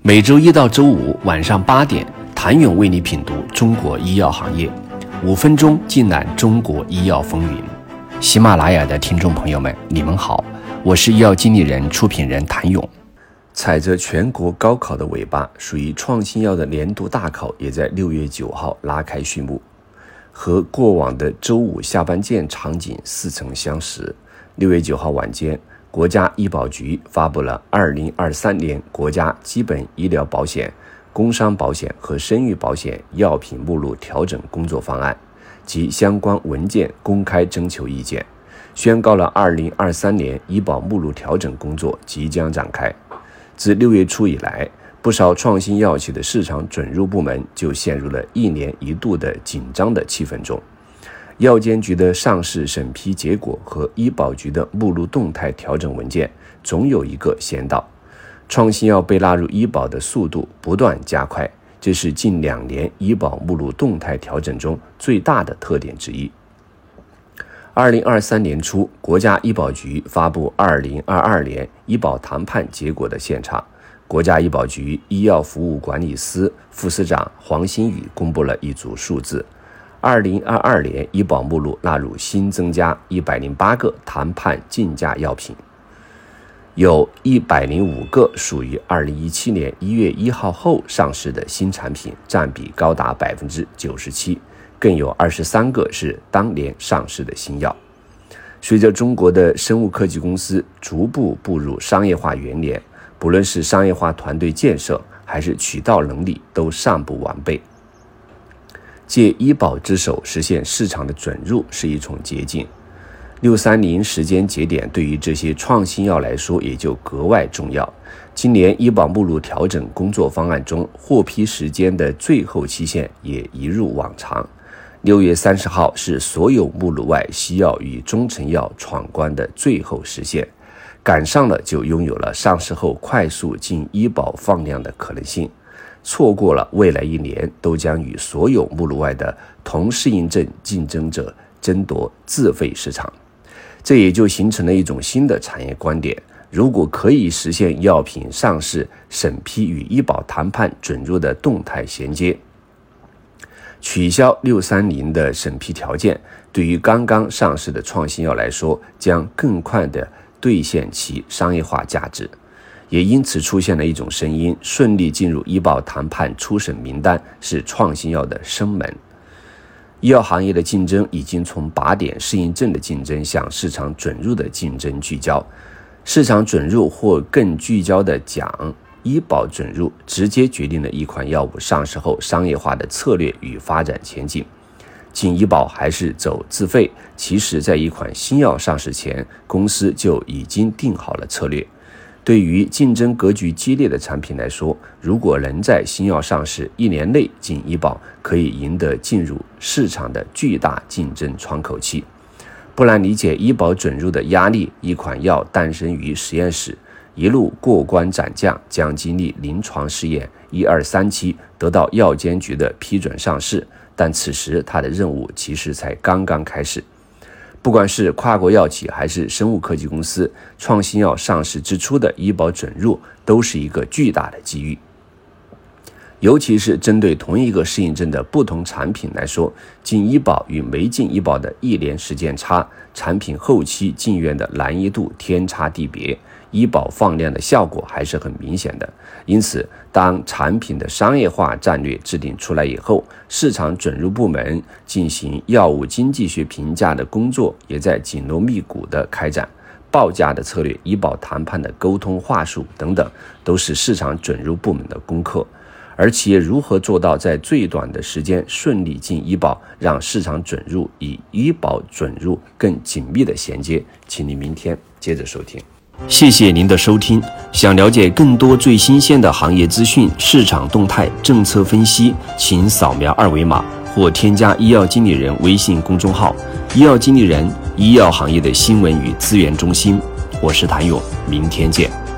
每周一到周五晚上8点，谭勇为你品读中国医药行业，5分钟尽览中国医药风云。喜马拉雅的听众朋友们，你们好，我是医药经理人、出品人谭勇。踩着全国高考的尾巴，属于创新药的年度大考也在6月9号拉开序幕。和过往的周五下班见场景似曾相识。6月9号晚间，国家医保局发布了2023年国家基本医疗保险、工伤保险和生育保险药品目录调整工作方案及相关文件公开征求意见，宣告了2023年医保目录调整工作即将展开。自6月初以来，不少创新药企的市场准入部门就陷入了1年1度的紧张的气氛中。药监局的上市审批结果和医保局的目录动态调整文件总有一个先到，创新药被纳入医保的速度不断加快，这是近2年医保目录动态调整中最大的特点之一。2023年初，国家医保局发布2022年医保谈判结果的现场，国家医保局医药服务管理司副司长黄新宇公布了一组数字：2022年医保目录纳入新增加108个谈判竞价药品，有105个属于2017年1月1号后上市的新产品，占比高达 97%， 更有23个是当年上市的新药。随着中国的生物科技公司逐步步入商业化元年，不论是商业化团队建设还是渠道能力都尚不完备。借医保之手实现市场的准入是一种捷径。630时间节点对于这些创新药来说也就格外重要。今年医保目录调整工作方案中，获批时间的最后期限也一如往常。6月30号是所有目录外西药与中成药闯关的最后时限，赶上了就拥有了上市后快速进医保放量的可能性，错过了未来1年都将与所有目录外的同适应症竞争者争夺自费市场。这也就形成了一种新的产业观点：如果可以实现药品上市审批与医保谈判准入的动态衔接，取消630的审批条件，对于刚刚上市的创新药来说，将更快地兑现其商业化价值。也因此出现了一种声音：顺利进入医保谈判初审名单是创新药的生门。医药行业的竞争已经从靶点适应症的竞争向市场准入的竞争聚焦。市场准入或更聚焦的讲，医保准入直接决定了一款药物上市后商业化的策略与发展前景。进医保还是走自费，其实在一款新药上市前，公司就已经定好了策略。对于竞争格局激烈的产品来说，如果能在新药上市1年内进医保，可以赢得进入市场的巨大竞争窗口期。不难理解医保准入的压力，一款药诞生于实验室，一路过关斩将，将经历临床试验1、2、3期，得到药监局的批准上市，但此时它的任务其实才刚刚开始。不管是跨国药企还是生物科技公司，创新药上市之初的医保准入都是一个巨大的机遇。尤其是针对同一个适应症的不同产品来说，进医保与没进医保的1年时间差，产品后期进院的难易度天差地别，医保放量的效果还是很明显的。因此，当产品的商业化战略制定出来以后，市场准入部门进行药物经济学评价的工作也在紧锣密鼓的开展。报价的策略、医保谈判的沟通话术等等，都是市场准入部门的功课。而企业如何做到在最短的时间顺利进医保，让市场准入与医保准入更紧密的衔接，请您明天接着收听。谢谢您的收听。想了解更多最新鲜的行业资讯、市场动态、政策分析，请扫描2维码或添加医药经理人微信公众号“医药经理人”，医药行业的新闻与资源中心。我是谭勇，明天见。